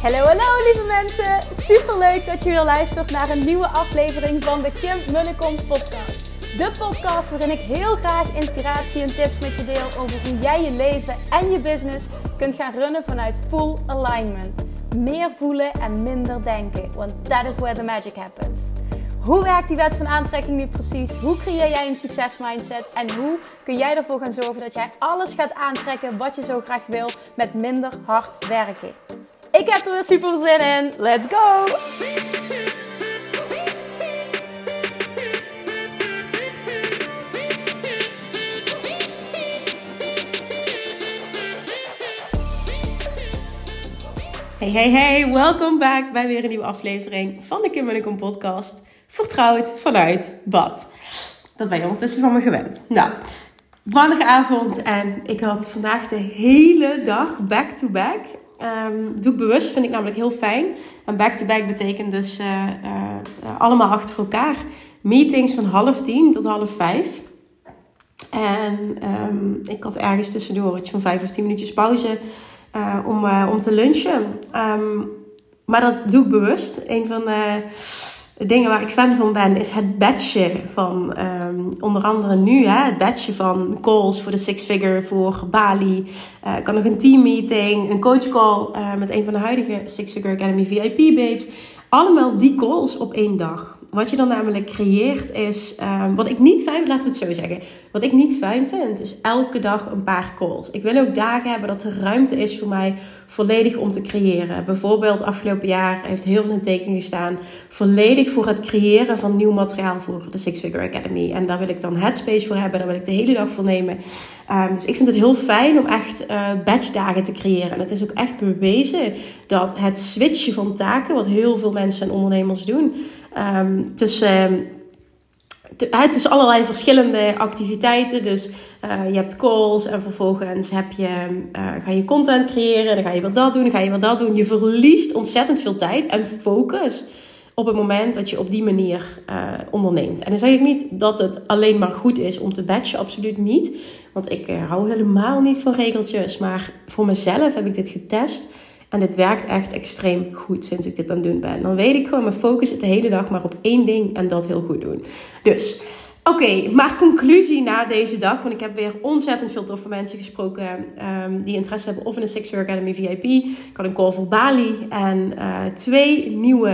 Hallo lieve mensen, superleuk dat je weer luistert naar een nieuwe aflevering van de Kim Munnekom podcast. De podcast waarin ik heel graag inspiratie en tips met je deel over hoe jij je leven en je business kunt gaan runnen vanuit full alignment. Meer voelen en minder denken, want that is where the magic happens. Hoe werkt die wet van aantrekking nu precies? Hoe creëer jij een succesmindset? En hoe kun jij ervoor gaan zorgen dat jij alles gaat aantrekken wat je zo graag wil met minder hard werken? Ik heb er weer super zin in. Let's go! Hey, welkom back bij weer een nieuwe aflevering van de Kim Munnekom podcast. Vertrouwd vanuit bad. Dat ben je ondertussen van me gewend. Nou, maandagavond en ik had vandaag de hele dag back-to-back. Doe ik bewust, vind ik namelijk heel fijn. En back-to-back betekent dus allemaal achter elkaar. Meetings van 9:30 tot 16:30. En ik had ergens tussendoor iets van 5 of 10 minuutjes pauze om te lunchen. Maar dat doe ik bewust. Een van de dingen waar ik fan van ben is het batchen van onder andere nu. Het batchen van calls voor de Six Figure, voor Bali. Ik had nog een teammeeting, een coachcall met een van de huidige Six Figure Academy VIP babes. Allemaal die calls op één dag. Wat je dan namelijk creëert is, wat ik niet fijn, laten we het zo zeggen. Wat ik niet fijn vind, is elke dag een paar calls. Ik wil ook dagen hebben dat er ruimte is voor mij volledig om te creëren. Bijvoorbeeld afgelopen jaar heeft heel veel in teken gestaan. Volledig voor het creëren van nieuw materiaal voor de Six Figure Academy. En daar wil ik dan headspace voor hebben. Daar wil ik de hele dag voor nemen. Dus ik vind het heel fijn om echt batchdagen te creëren. En het is ook echt bewezen dat het switchen van taken, wat heel veel mensen en ondernemers doen, tussen allerlei verschillende activiteiten. Dus je hebt calls en vervolgens ga je content creëren. Dan ga je weer dat doen, dan ga je weer dat doen. Je verliest ontzettend veel tijd en focus op het moment dat je op die manier onderneemt. En dan zeg ik niet dat het alleen maar goed is om te batchen. Absoluut niet. Want ik hou helemaal niet van regeltjes. Maar voor mezelf heb ik dit getest. En dit werkt echt extreem goed sinds ik dit aan het doen ben. Dan weet ik gewoon, mijn focus is de hele dag maar op één ding en dat heel goed doen. Dus, oké, maar conclusie na deze dag. Want ik heb weer ontzettend veel toffe mensen gesproken die interesse hebben of in de Six Figure Academy VIP. Ik had een call voor Bali en twee nieuwe,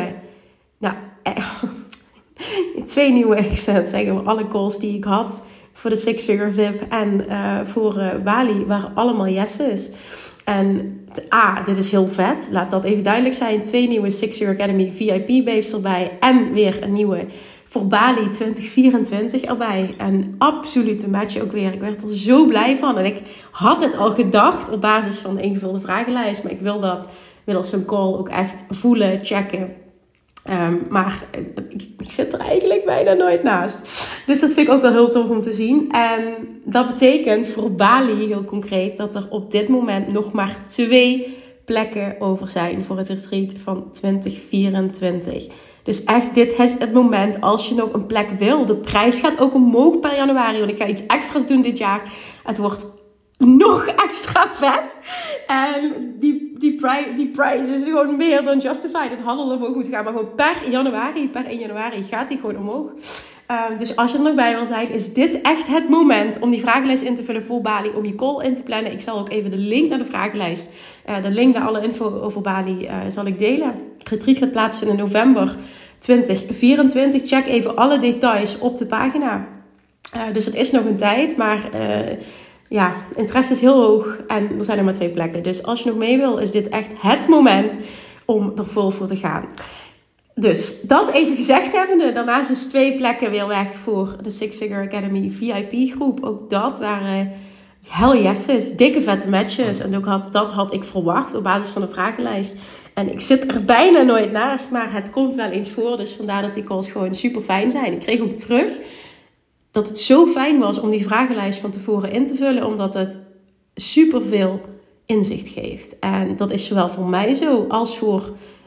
ik zou het zeggen, alle calls die ik had voor de Six Figure VIP en voor Bali waren allemaal yeses. En dit is heel vet. Laat dat even duidelijk zijn. 2 nieuwe Six Figure Academy VIP babes erbij. En weer een nieuwe voor Bali 2024 erbij. En absolute match ook weer. Ik werd er zo blij van. En ik had het al gedacht op basis van de ingevulde vragenlijst. Maar ik wil dat middels zo'n call ook echt voelen, checken. Maar ik zit er eigenlijk bijna nooit naast. Dus dat vind ik ook wel heel tof om te zien. En dat betekent voor Bali heel concreet dat er op dit moment nog maar 2 plekken over zijn voor het retreat van 2024. Dus echt, dit is het moment als je nog een plek wil. De prijs gaat ook omhoog per januari, want ik ga iets extra's doen dit jaar. Het wordt nog extra vet. En die prijs is gewoon meer dan justified. Het had al omhoog moeten gaan. Maar gewoon per 1 januari gaat die gewoon omhoog. Dus als je er nog bij wil zijn, is dit echt het moment om die vragenlijst in te vullen voor Bali. Om je call in te plannen. Ik zal ook even de link naar de vragenlijst, de link naar alle info over Bali zal ik delen. Het retreat gaat plaatsvinden in november 2024. Check even alle details op de pagina. Dus het is nog een tijd, maar interesse is heel hoog en er zijn er maar 2 plekken. Dus als je nog mee wil, is dit echt het moment om er vol voor te gaan. Dus dat even gezegd hebbende, daarnaast is 2 plekken weer weg voor de Six Figure Academy VIP groep. Ook dat waren hell yeses, dikke vette matches. En ook dat had ik verwacht op basis van de vragenlijst. En ik zit er bijna nooit naast, maar het komt wel eens voor. Dus vandaar dat die calls gewoon super fijn zijn. Ik kreeg ook terug dat het zo fijn was om die vragenlijst van tevoren in te vullen, omdat het superveel inzicht geeft. En dat is zowel voor mij zo als voor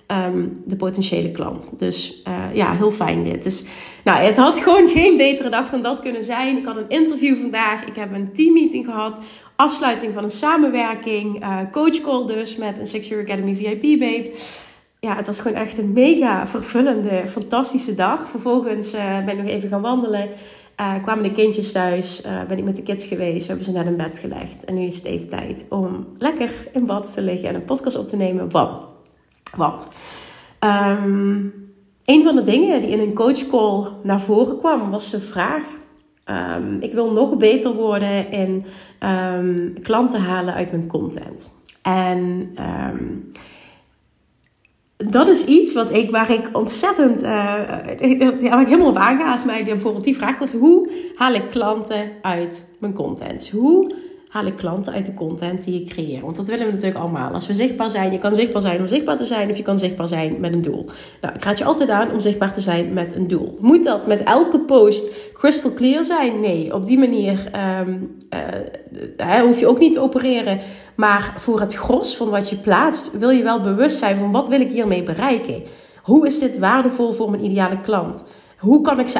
de potentiële klant. Dus heel fijn dit. Dus, het had gewoon geen betere dag dan dat kunnen zijn. Ik had een interview vandaag. Ik heb een teammeeting gehad. Afsluiting van een samenwerking. Coachcall dus met een Six Figure Academy VIP babe. Ja, het was gewoon echt een mega vervullende, fantastische dag. Vervolgens ben ik nog even gaan wandelen. Kwamen de kindjes thuis. Ben ik met de kids geweest. We hebben ze net in bed gelegd. En nu is het even tijd om lekker in bad te liggen en een podcast op te nemen. Want een van de dingen die in een coachcall naar voren kwam, was de vraag. Ik wil nog beter worden in klanten halen uit mijn content. En dat is iets waar ik ontzettend, waar ik helemaal op aanga als mij bijvoorbeeld die vraag was: hoe haal ik klanten uit mijn content? Hoe haal ik klanten uit de content die ik creëer? Want dat willen we natuurlijk allemaal. Als we zichtbaar zijn, je kan zichtbaar zijn om zichtbaar te zijn, of je kan zichtbaar zijn met een doel. Nou, ik raad je altijd aan om zichtbaar te zijn met een doel. Moet dat met elke post crystal clear zijn? Nee, op die manier hoef je ook niet te opereren. Maar voor het gros van wat je plaatst, wil je wel bewust zijn van: wat wil ik hiermee bereiken? Hoe is dit waardevol voor mijn ideale klant? Hoe kan ik ze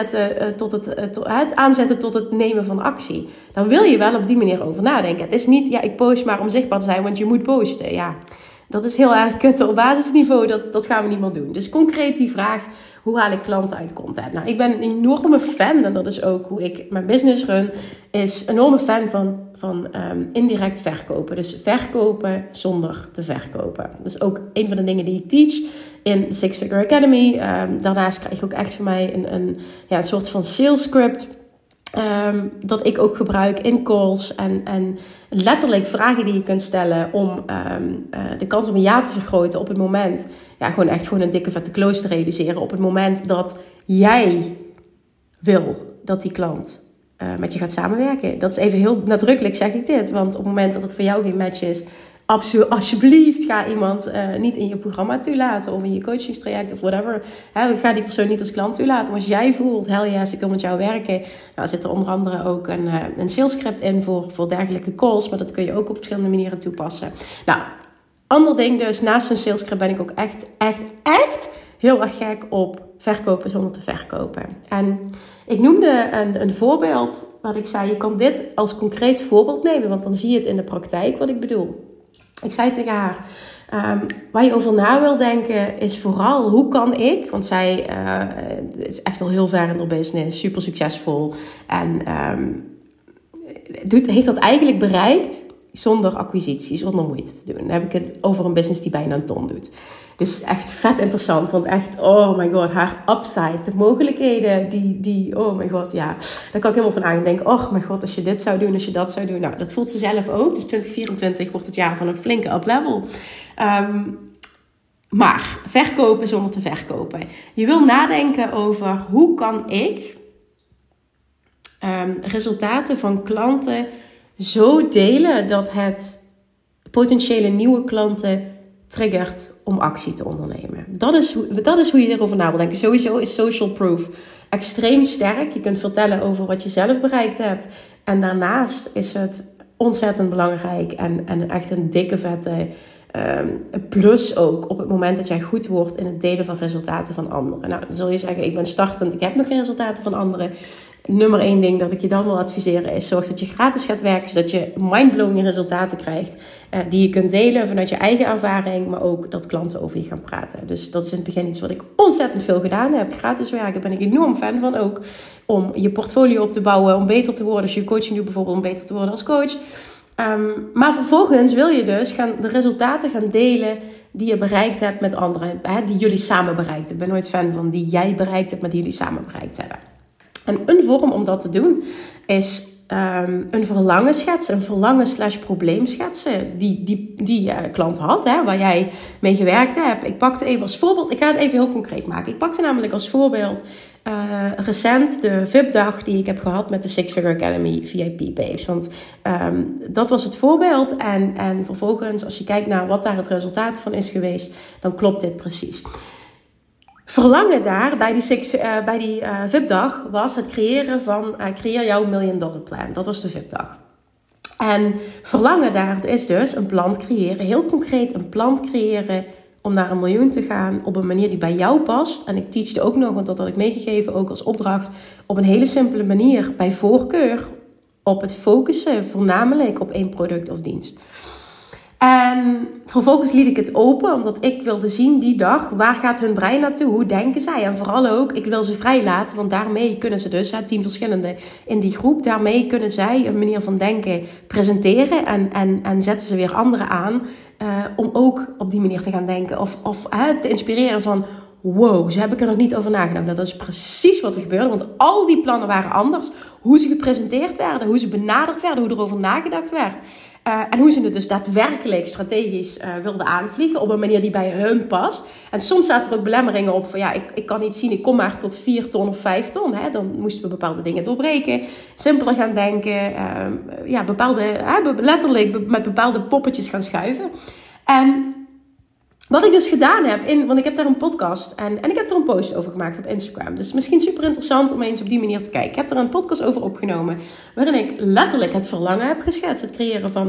aanzetten tot het nemen van actie? Dan wil je wel op die manier over nadenken. Het is niet, ik post maar om zichtbaar te zijn, want je moet posten. Ja, dat is heel erg kut op basisniveau. Dat gaan we niet meer doen. Dus concreet die vraag: hoe haal ik klanten uit content? Nou, ik ben een enorme fan, en dat is ook hoe ik mijn business run, is een enorme fan van indirect verkopen. Dus verkopen zonder te verkopen. Dat is ook een van de dingen die ik teach in de Six Figure Academy. Daarnaast krijg je ook echt van mij een soort van sales script. Dat ik ook gebruik in calls. En letterlijk vragen die je kunt stellen om de kans op een ja te vergroten op het moment. Ja, gewoon een dikke vette close te realiseren. Op het moment dat jij wil dat die klant met je gaat samenwerken. Dat is even heel nadrukkelijk, zeg ik dit. Want op het moment dat het voor jou geen match is, alsjeblieft ga iemand niet in je programma toelaten of in je coachingstraject of whatever. Ga die persoon niet als klant toelaten. Maar als jij voelt, hell yes, ik wil met jou werken. Nou, zit er onder andere ook een sales script in voor dergelijke calls. Maar dat kun je ook op verschillende manieren toepassen. Nou, ander ding dus, naast een sales script ben ik ook echt heel erg gek op verkopen zonder te verkopen. En ik noemde een voorbeeld wat ik zei: je kan dit als concreet voorbeeld nemen, want dan zie je het in de praktijk wat ik bedoel. Ik zei tegen haar, waar je over na wil denken is vooral: hoe kan ik, want zij is echt al heel ver in haar business, super succesvol en heeft dat eigenlijk bereikt zonder acquisitie, zonder moeite te doen. Dan heb ik het over een business die bijna 1 ton doet. Dus echt vet interessant, want echt, oh my god, haar upside, de mogelijkheden, die oh my god, ja. Daar kan ik helemaal van aan denken: oh my god, als je dit zou doen, als je dat zou doen. Nou, dat voelt ze zelf ook. Dus 2024 wordt het jaar van een flinke up level. Maar verkopen zonder te verkopen. Je wil nadenken over: hoe kan ik resultaten van klanten zo delen dat het potentiële nieuwe klanten triggert om actie te ondernemen. Dat is hoe je erover na wil denken. Sowieso is social proof extreem sterk. Je kunt vertellen over wat je zelf bereikt hebt. En daarnaast is het ontzettend belangrijk en echt een dikke vette plus ook op het moment dat jij goed wordt in het delen van resultaten van anderen. Nou, dan zul je zeggen: ik ben startend, ik heb nog geen resultaten van anderen. Nummer 1 ding dat ik je dan wil adviseren is: zorg dat je gratis gaat werken, zodat je mindblowing resultaten krijgt die je kunt delen vanuit je eigen ervaring, maar ook dat klanten over je gaan praten. Dus dat is in het begin iets wat ik ontzettend veel gedaan heb. Gratis werken ben ik enorm fan van, ook om je portfolio op te bouwen, om beter te worden. Als je coaching doet bijvoorbeeld, om beter te worden als coach. Maar vervolgens wil je dus de resultaten gaan delen die je bereikt hebt met anderen. Die jullie samen bereikt hebben. Ik ben nooit fan van die jij bereikt hebt, maar die jullie samen bereikt hebben. En een vorm om dat te doen is een verlangen schetsen. Een verlangen/probleem schetsen die klant had, waar jij mee gewerkt hebt. Ik pakte even als voorbeeld, ik ga het even heel concreet maken. Ik pakte namelijk als voorbeeld recent de VIP-dag die ik heb gehad met de Six Figure Academy VIP babes. Want dat was het voorbeeld. En vervolgens, als je kijkt naar wat daar het resultaat van is geweest, dan klopt dit precies. Verlangen daar bij die VIP-dag was het creëren van creëer jouw $1 million plan. Dat was de VIP-dag. En verlangen daar is dus een plan creëren, heel concreet een plan creëren om naar 1 miljoen te gaan op een manier die bij jou past. En ik teachte ook nog, want dat had ik meegegeven, ook als opdracht, op een hele simpele manier, bij voorkeur, op het focussen voornamelijk op 1 product of dienst. En vervolgens liet ik het open, omdat ik wilde zien die dag, waar gaat hun brein naartoe? Hoe denken zij? En vooral ook, ik wil ze vrij laten, want daarmee kunnen ze dus, 10 verschillende in die groep, daarmee kunnen zij een manier van denken presenteren en zetten ze weer anderen aan om ook op die manier te gaan denken. Of te inspireren van, wow, zo heb ik er nog niet over nagedacht. Nou, dat is precies wat er gebeurde, want al die plannen waren anders. Hoe ze gepresenteerd werden, hoe ze benaderd werden, hoe erover nagedacht werd. En hoe ze het dus daadwerkelijk strategisch wilden aanvliegen op een manier die bij hun past. En soms zaten er ook belemmeringen op van ik kan niet zien, ik kom maar tot 4 ton of 5 ton. Hè? Dan moesten we bepaalde dingen doorbreken, simpeler gaan denken, letterlijk met bepaalde poppetjes gaan schuiven. En wat ik dus gedaan heb, want ik heb daar een podcast en ik heb er een post over gemaakt op Instagram. Dus misschien super interessant om eens op die manier te kijken. Ik heb er een podcast over opgenomen waarin ik letterlijk het verlangen heb geschetst. Het creëren van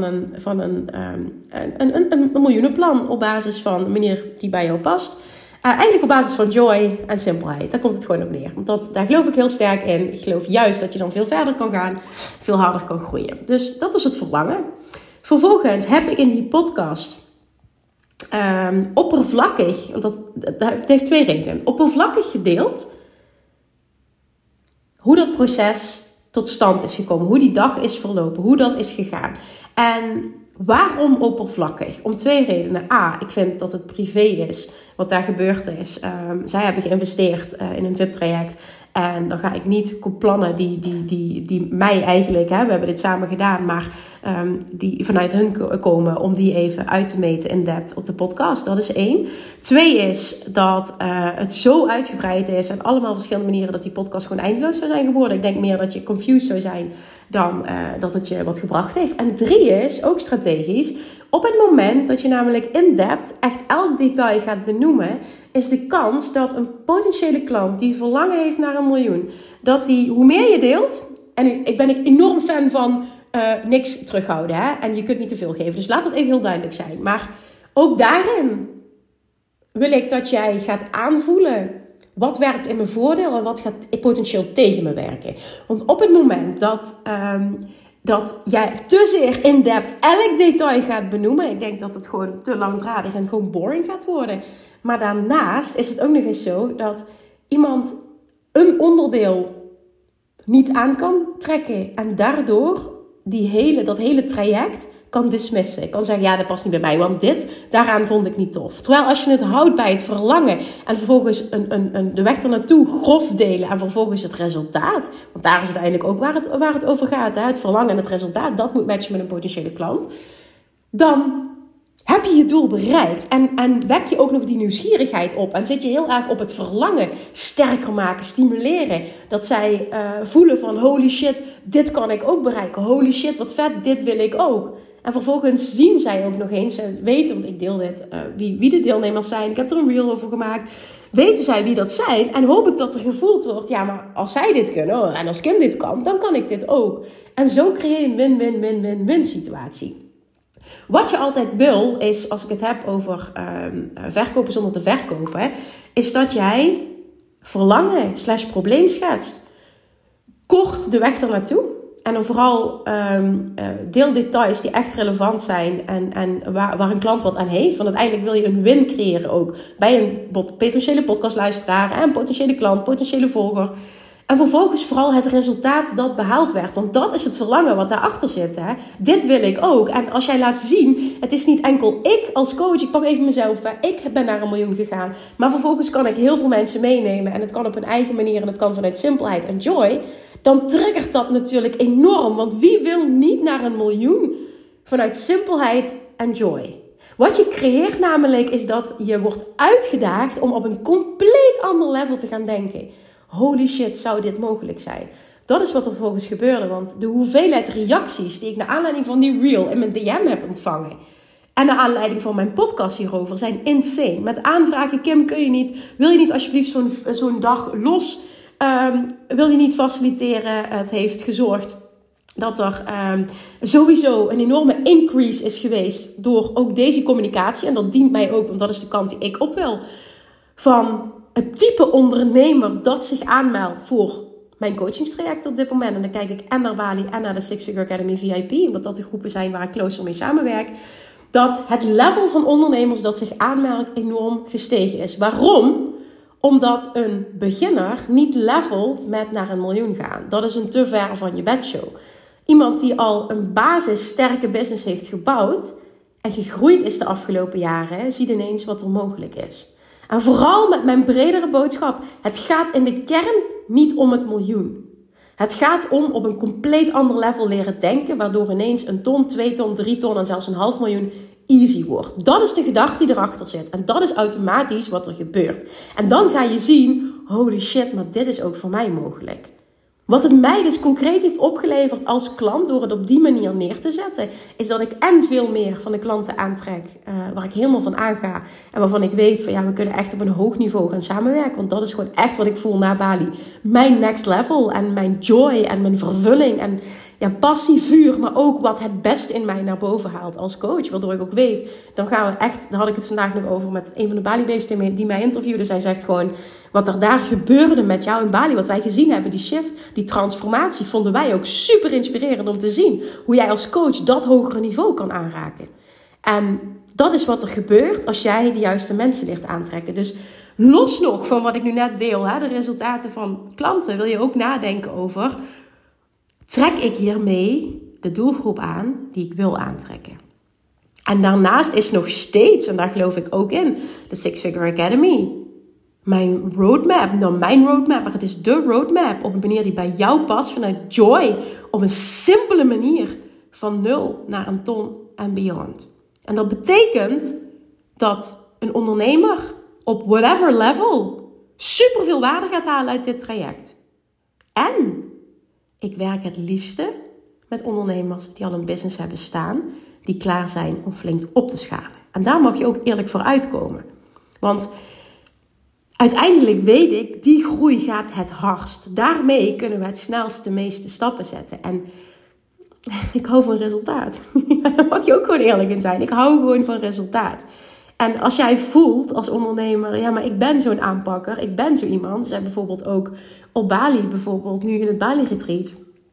een miljoenenplan op basis van een manier die bij jou past. Eigenlijk op basis van joy en simpelheid. Daar komt het gewoon op neer. Want daar geloof ik heel sterk in. Ik geloof juist dat je dan veel verder kan gaan, veel harder kan groeien. Dus dat was het verlangen. Vervolgens heb ik in die podcast oppervlakkig, want het heeft 2 redenen. Oppervlakkig gedeeld hoe dat proces tot stand is gekomen, hoe die dag is verlopen, hoe dat is gegaan. En waarom oppervlakkig? Om 2 redenen. A, ik vind dat het privé is wat daar gebeurd is. Zij hebben geïnvesteerd in een VIP-traject. En dan ga ik niet plannen die mij eigenlijk, we hebben dit samen gedaan, maar die vanuit hun komen om die even uit te meten in depth op de podcast. Dat is 1. 2 is dat het zo uitgebreid is en allemaal verschillende manieren dat die podcast gewoon eindeloos zou zijn geworden. Ik denk meer dat je confused zou zijn dan dat het je wat gebracht heeft. En 3 is, ook strategisch, op het moment dat je namelijk in depth echt elk detail gaat benoemen, is de kans dat een potentiële klant die verlangen heeft naar 1 miljoen, dat die, hoe meer je deelt, en ik ben enorm fan van niks terughouden, hè? En je kunt niet te veel geven, dus laat dat even heel duidelijk zijn. Maar ook daarin wil ik dat jij gaat aanvoelen, wat werkt in mijn voordeel en wat gaat potentieel tegen me werken. Want op het moment dat jij te zeer in depth elk detail gaat benoemen, ik denk dat het gewoon te langdradig en gewoon boring gaat worden. Maar daarnaast is het ook nog eens zo dat iemand een onderdeel niet aan kan trekken en daardoor dat hele traject kan dismissen. Ik kan zeggen, ja, dat past niet bij mij, want daaraan vond ik niet tof. Terwijl als je het houdt bij het verlangen en vervolgens de weg ernaartoe grof delen en vervolgens het resultaat, want daar is het uiteindelijk ook waar het over gaat, hè? Het verlangen en het resultaat, dat moet matchen met een potentiële klant, dan heb je je doel bereikt en wek je ook nog die nieuwsgierigheid op en zit je heel erg op het verlangen sterker maken, stimuleren. Dat zij voelen van holy shit, dit kan ik ook bereiken. Holy shit, wat vet, dit wil ik ook. En vervolgens zien zij ook nog eens, weten, want ik deel dit, wie de deelnemers zijn. Ik heb er een reel over gemaakt. Weten zij wie dat zijn en hoop ik dat er gevoeld wordt, ja, maar als zij dit kunnen en als Kim dit kan, dan kan ik dit ook. En zo creëer je een win-win-win-win-win situatie. Wat je altijd wil, is als ik het heb over verkopen zonder te verkopen, is dat jij verlangen / probleem schetst. Kort de weg ernaartoe. En dan vooral deeldetails die echt relevant zijn en waar een klant wat aan heeft. Want uiteindelijk wil je een win creëren ook bij een potentiële podcastluisteraar en potentiële klant, potentiële volger. En vervolgens vooral het resultaat dat behaald werd. Want dat is het verlangen wat daarachter zit. Hè? Dit wil ik ook. En als jij laat zien, het is niet enkel ik als coach. Ik pak even mezelf. Ik ben naar 1 miljoen gegaan. Maar vervolgens kan ik heel veel mensen meenemen. En het kan op een eigen manier. En het kan vanuit simpelheid en joy. Dan triggert dat natuurlijk enorm. Want wie wil niet naar 1 miljoen vanuit simpelheid en joy? Wat je creëert namelijk is dat je wordt uitgedaagd om op een compleet ander level te gaan denken. Holy shit, zou dit mogelijk zijn? Dat is wat er vervolgens gebeurde. Want de hoeveelheid reacties die ik naar aanleiding van die reel in mijn DM heb ontvangen. En naar aanleiding van mijn podcast hierover zijn insane. Met aanvragen, Kim, wil je niet alsjeblieft zo'n dag los? Wil je niet faciliteren? Het heeft gezorgd dat er sowieso een enorme increase is geweest door ook deze communicatie. En dat dient mij ook, want dat is de kant die ik op wil. Van het type ondernemer dat zich aanmeldt voor mijn coachingstraject op dit moment. En dan kijk ik en naar Bali en naar de Six Figure Academy VIP. Omdat dat de groepen zijn waar ik closer mee samenwerk. Dat het level van ondernemers dat zich aanmeldt enorm gestegen is. Waarom? Omdat een beginner niet levelt met naar 1 miljoen gaan. Dat is een te ver van je bedshow. Iemand die al een basissterke business heeft gebouwd en gegroeid is de afgelopen jaren, ziet ineens wat er mogelijk is. En vooral met mijn bredere boodschap. Het gaat in de kern niet om het miljoen. Het gaat om op een compleet ander level leren denken, waardoor ineens 1 ton, 2 ton, 3 ton en zelfs 500.000 easy wordt. Dat is de gedachte die erachter zit. En dat is automatisch wat er gebeurt. En dan ga je zien, holy shit, maar dit is ook voor mij mogelijk. Wat het mij dus concreet heeft opgeleverd als klant door het op die manier neer te zetten, is dat ik en veel meer van de klanten aantrek waar ik helemaal van aanga. En waarvan ik weet van we kunnen echt op een hoog niveau gaan samenwerken. Want dat is gewoon echt wat ik voel na Bali. Mijn next level en mijn joy en mijn vervulling en passie, vuur, maar ook wat het beste in mij naar boven haalt als coach. Waardoor ik ook weet, dan gaan we echt, daar had ik het vandaag nog over met een van de Bali-babes die mij interviewde. Zij zegt gewoon, wat er daar gebeurde met jou in Bali, wat wij gezien hebben, die shift, die transformatie, vonden wij ook super inspirerend om te zien. Hoe jij als coach dat hogere niveau kan aanraken. En dat is wat er gebeurt als jij de juiste mensen leert aantrekken. Dus los nog van wat ik nu net deel, de resultaten van klanten, wil je ook nadenken over, trek ik hiermee de doelgroep aan die ik wil aantrekken? En daarnaast is nog steeds, en daar geloof ik ook in, de Six Figure Academy. Mijn roadmap, maar het is de roadmap op een manier die bij jou past, vanuit joy, op een simpele manier, van 0 naar 1 ton en beyond. En dat betekent dat een ondernemer op whatever level superveel waarde gaat halen uit dit traject. En ik werk het liefste met ondernemers die al een business hebben staan, die klaar zijn om flink op te schalen. En daar mag je ook eerlijk voor uitkomen. Want uiteindelijk weet ik, die groei gaat het hardst. Daarmee kunnen we het snelst de meeste stappen zetten. En ik hou van resultaat. Daar mag je ook gewoon eerlijk in zijn. Ik hou gewoon van resultaat. En als jij voelt als ondernemer, maar ik ben zo'n aanpakker, ik ben zo iemand. Ze zijn bijvoorbeeld ook op Bali, bijvoorbeeld nu in het Bali-retreat.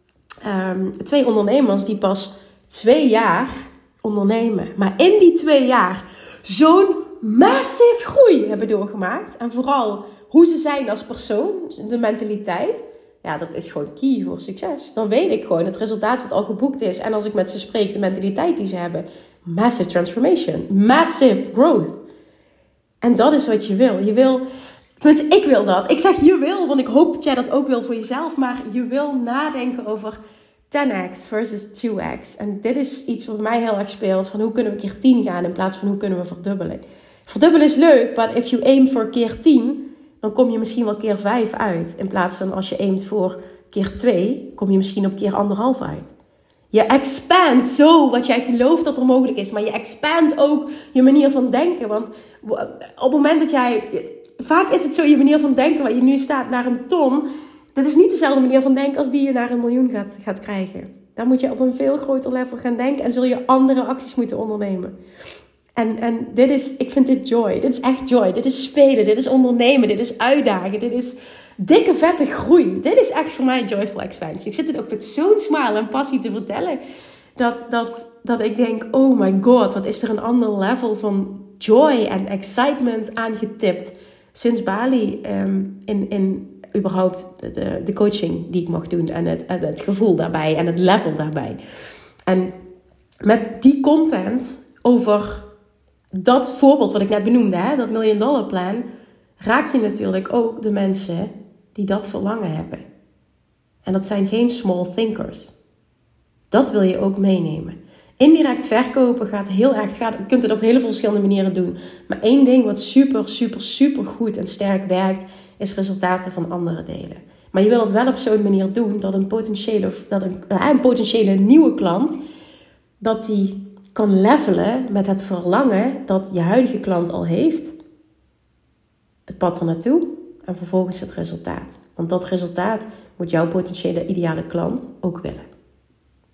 2 ondernemers die pas 2 jaar ondernemen. Maar in die 2 jaar zo'n massive groei hebben doorgemaakt. En vooral hoe ze zijn als persoon, de mentaliteit. Ja, dat is gewoon key voor succes. Dan weet ik gewoon het resultaat wat al geboekt is. En als ik met ze spreek, de mentaliteit die ze hebben. Massive transformation. Massive growth. En dat is wat je wil. Je wil, tenminste ik wil dat. Ik zeg je wil, want ik hoop dat jij dat ook wil voor jezelf. Maar je wil nadenken over 10x versus 2x. En dit is iets wat mij heel erg speelt. Van hoe kunnen we keer 10 gaan in plaats van hoe kunnen we verdubbelen. Verdubbelen is leuk, but if you aim voor keer 10... dan kom je misschien wel keer 5 uit. In plaats van als je aimt voor keer 2, kom je misschien op keer 1,5 uit. Je expand zo wat jij gelooft dat er mogelijk is. Maar je expand ook je manier van denken. Want op het moment dat jij... Vaak is het zo je manier van denken waar je nu staat naar 1 ton. Dat is niet dezelfde manier van denken als die je naar 1 miljoen gaat krijgen. Dan moet je op een veel groter level gaan denken. En zul je andere acties moeten ondernemen. En dit is, ik vind dit joy. Dit is echt joy. Dit is spelen. Dit is ondernemen. Dit is uitdagen. Dit is dikke vette groei. Dit is echt voor mij joyful expansion. Ik zit het ook met zo'n smile en passie te vertellen. Dat ik denk, oh my god, wat is er een ander level van joy en excitement aangetipt. Sinds Bali in überhaupt de coaching die ik mag doen. En het gevoel daarbij en het level daarbij. En met die content over dat voorbeeld wat ik net benoemde, dat $1 million plan, raak je natuurlijk ook de mensen die dat verlangen hebben. En dat zijn geen small thinkers. Dat wil je ook meenemen. Indirect verkopen gaat heel erg, je kunt het op heel veel verschillende manieren doen. Maar één ding wat super, super, super goed en sterk werkt, is resultaten van anderen delen. Maar je wil het wel op zo'n manier doen dat een potentiële nieuwe klant, dat die kan levelen met het verlangen dat je huidige klant al heeft. Het pad er naartoe en vervolgens het resultaat. Want dat resultaat moet jouw potentiële ideale klant ook willen.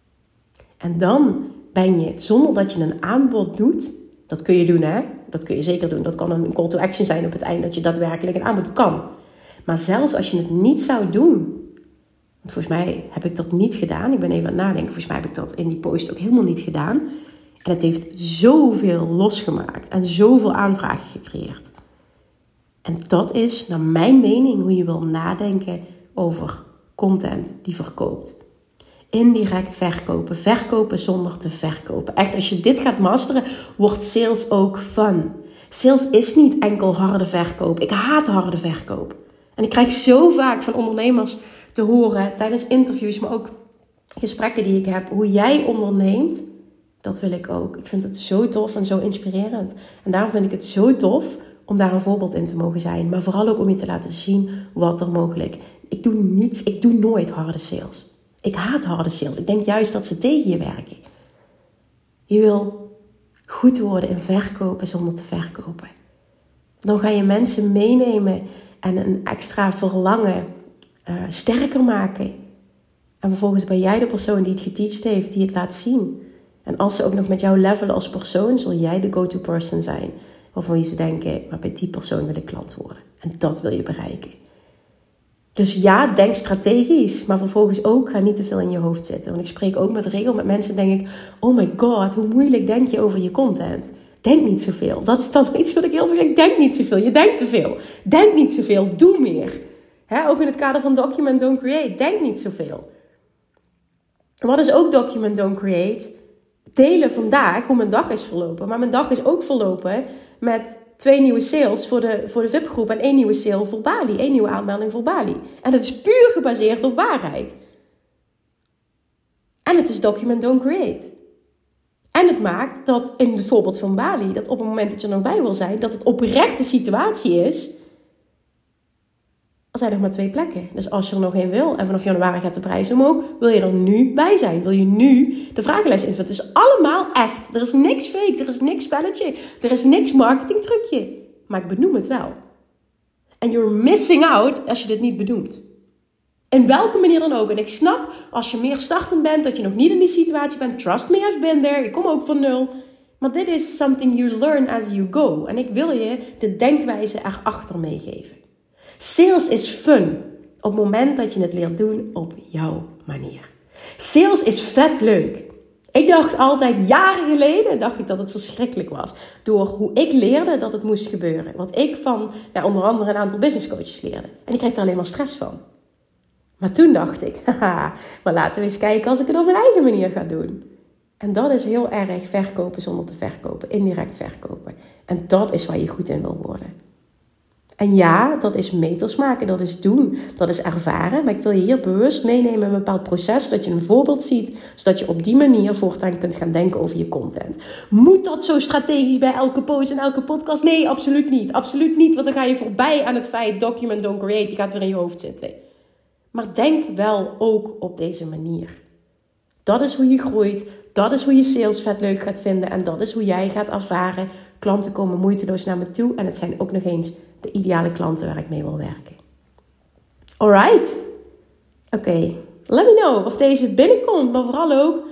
En dan ben je, zonder dat je een aanbod doet, dat kun je doen hè, dat kun je zeker doen. Dat kan een call to action zijn op het eind, dat je daadwerkelijk een aanbod kan. Maar zelfs als je het niet zou doen, want volgens mij heb ik dat niet gedaan. Ik ben even aan het nadenken, volgens mij heb ik dat in die post ook helemaal niet gedaan. En het heeft zoveel losgemaakt en zoveel aanvragen gecreëerd. En dat is, naar mijn mening, hoe je wil nadenken over content die verkoopt. Indirect verkopen. Verkopen zonder te verkopen. Echt, als je dit gaat masteren, wordt sales ook fun. Sales is niet enkel harde verkoop. Ik haat harde verkoop. En ik krijg zo vaak van ondernemers te horen, tijdens interviews, maar ook gesprekken die ik heb, hoe jij onderneemt. Dat wil ik ook. Ik vind het zo tof en zo inspirerend. En daarom vind ik het zo tof om daar een voorbeeld in te mogen zijn. Maar vooral ook om je te laten zien wat er mogelijk. Ik doe nooit harde sales. Ik haat harde sales. Ik denk juist dat ze tegen je werken. Je wil goed worden in verkopen zonder te verkopen. Dan ga je mensen meenemen en een extra verlangen sterker maken. En vervolgens ben jij de persoon die het geteacht heeft, die het laat zien. En als ze ook nog met jou levelen als persoon, zul jij de go-to person zijn. Waarvan ze denken, maar bij die persoon wil ik klant worden. En dat wil je bereiken. Dus ja, denk strategisch, maar vervolgens ook ga niet te veel in je hoofd zitten. Want ik spreek ook met mensen en denk ik, oh my god, hoe moeilijk denk je over je content? Denk niet zoveel. Dat is dan iets wat ik heel veel zeg. Denk niet zoveel. Je denkt te veel. Denk niet zoveel. Doe meer. Ook in het kader van document, don't create. Denk niet zoveel. Wat is ook document, don't create? Delen vandaag hoe mijn dag is verlopen. Maar mijn dag is ook verlopen met 2 nieuwe sales voor de VIP-groep en 1 nieuwe sale voor Bali. 1 nieuwe aanmelding voor Bali. En het is puur gebaseerd op waarheid. En het is document, don't create. En het maakt dat, in het voorbeeld van Bali, dat op het moment dat je er nog bij wil zijn, dat het oprechte situatie is. Er zijn nog maar 2 plekken. Dus als je er nog 1 wil en vanaf januari gaat de prijs omhoog, wil je er nu bij zijn. Wil je nu de vragenlijst invullen. Het is allemaal echt. Er is niks fake. Er is niks spelletje. Er is niks marketingtrucje. Maar ik benoem het wel. En you're missing out als je dit niet benoemt. In welke manier dan ook. En ik snap, als je meer startend bent, dat je nog niet in die situatie bent. Trust me, I've been there. Ik kom ook van 0. Maar dit is something you learn as you go. En ik wil je de denkwijze erachter meegeven. Sales is fun op het moment dat je het leert doen op jouw manier. Sales is vet leuk. Ik dacht altijd, jaren geleden, dacht ik dat het verschrikkelijk was. Door hoe ik leerde dat het moest gebeuren. Wat ik van onder andere een aantal business coaches leerde. En ik kreeg er alleen maar stress van. Maar toen dacht ik, haha, maar laten we eens kijken als ik het op mijn eigen manier ga doen. En dat is heel erg verkopen zonder te verkopen. Indirect verkopen. En dat is waar je goed in wil worden. En ja, dat is meters maken, dat is doen, dat is ervaren. Maar ik wil je hier bewust meenemen in een bepaald proces, zodat je een voorbeeld ziet. Zodat je op die manier voortaan kunt gaan denken over je content. Moet dat zo strategisch bij elke post en elke podcast? Nee, absoluut niet. Absoluut niet, want dan ga je voorbij aan het feit document, don't create. Die gaat weer in je hoofd zitten. Maar denk wel ook op deze manier. Dat is hoe je groeit. Dat is hoe je sales vet leuk gaat vinden. En dat is hoe jij gaat ervaren. Klanten komen moeiteloos naar me toe. En het zijn ook nog eens de ideale klanten waar ik mee wil werken. Alright? Oké. Let me know of deze binnenkomt. Maar vooral ook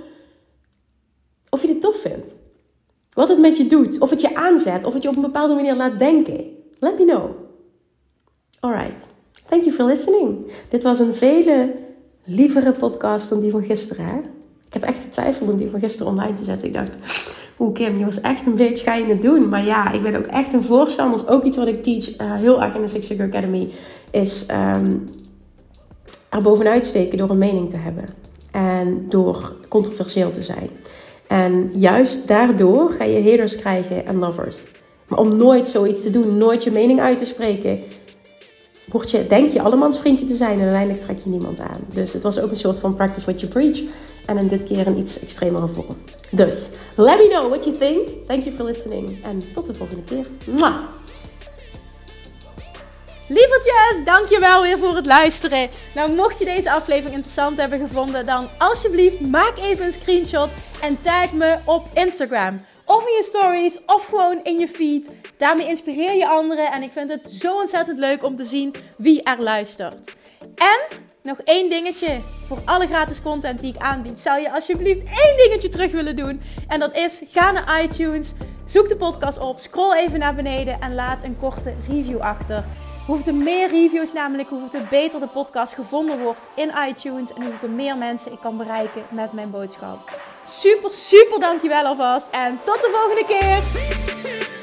of je dit tof vindt. Wat het met je doet. Of het je aanzet. Of het je op een bepaalde manier laat denken. Let me know. Alright. Thank you for listening. Dit was een vele lievere podcast dan die van gisteren. Hè? Ik heb echt getwijfeld om die van gisteren online te zetten. Ik dacht, Kim, je was echt een beetje, ga je het doen? Maar ja, ik ben ook echt een voorstander. Dat is ook iets wat ik teach heel erg in de Six Figure Academy. Is er bovenuit steken door een mening te hebben. En door controversieel te zijn. En juist daardoor ga je haters krijgen en lovers. Maar om nooit zoiets te doen, nooit je mening uit te spreken, denk je allemans vriendje te zijn en uiteindelijk trek je niemand aan. Dus het was ook een soort van practice what you preach. En in dit keer een iets extremere vorm. Dus, let me know what you think. Thank you for listening. En tot de volgende keer. Mwah! Lievertjes, dankjewel weer voor het luisteren. Nou, mocht je deze aflevering interessant hebben gevonden, dan alsjeblieft maak even een screenshot en tag me op Instagram. Of in je stories, of gewoon in je feed. Daarmee inspireer je anderen en ik vind het zo ontzettend leuk om te zien wie er luistert. En nog 1 dingetje. Voor alle gratis content die ik aanbied, zou je alsjeblieft 1 dingetje terug willen doen. En dat is, ga naar iTunes, zoek de podcast op, scroll even naar beneden en laat een korte review achter. Hoeveel meer reviews namelijk, hoeveel beter de podcast gevonden wordt in iTunes. En hoeveel meer mensen ik kan bereiken met mijn boodschap. Super, super dankjewel alvast. En tot de volgende keer.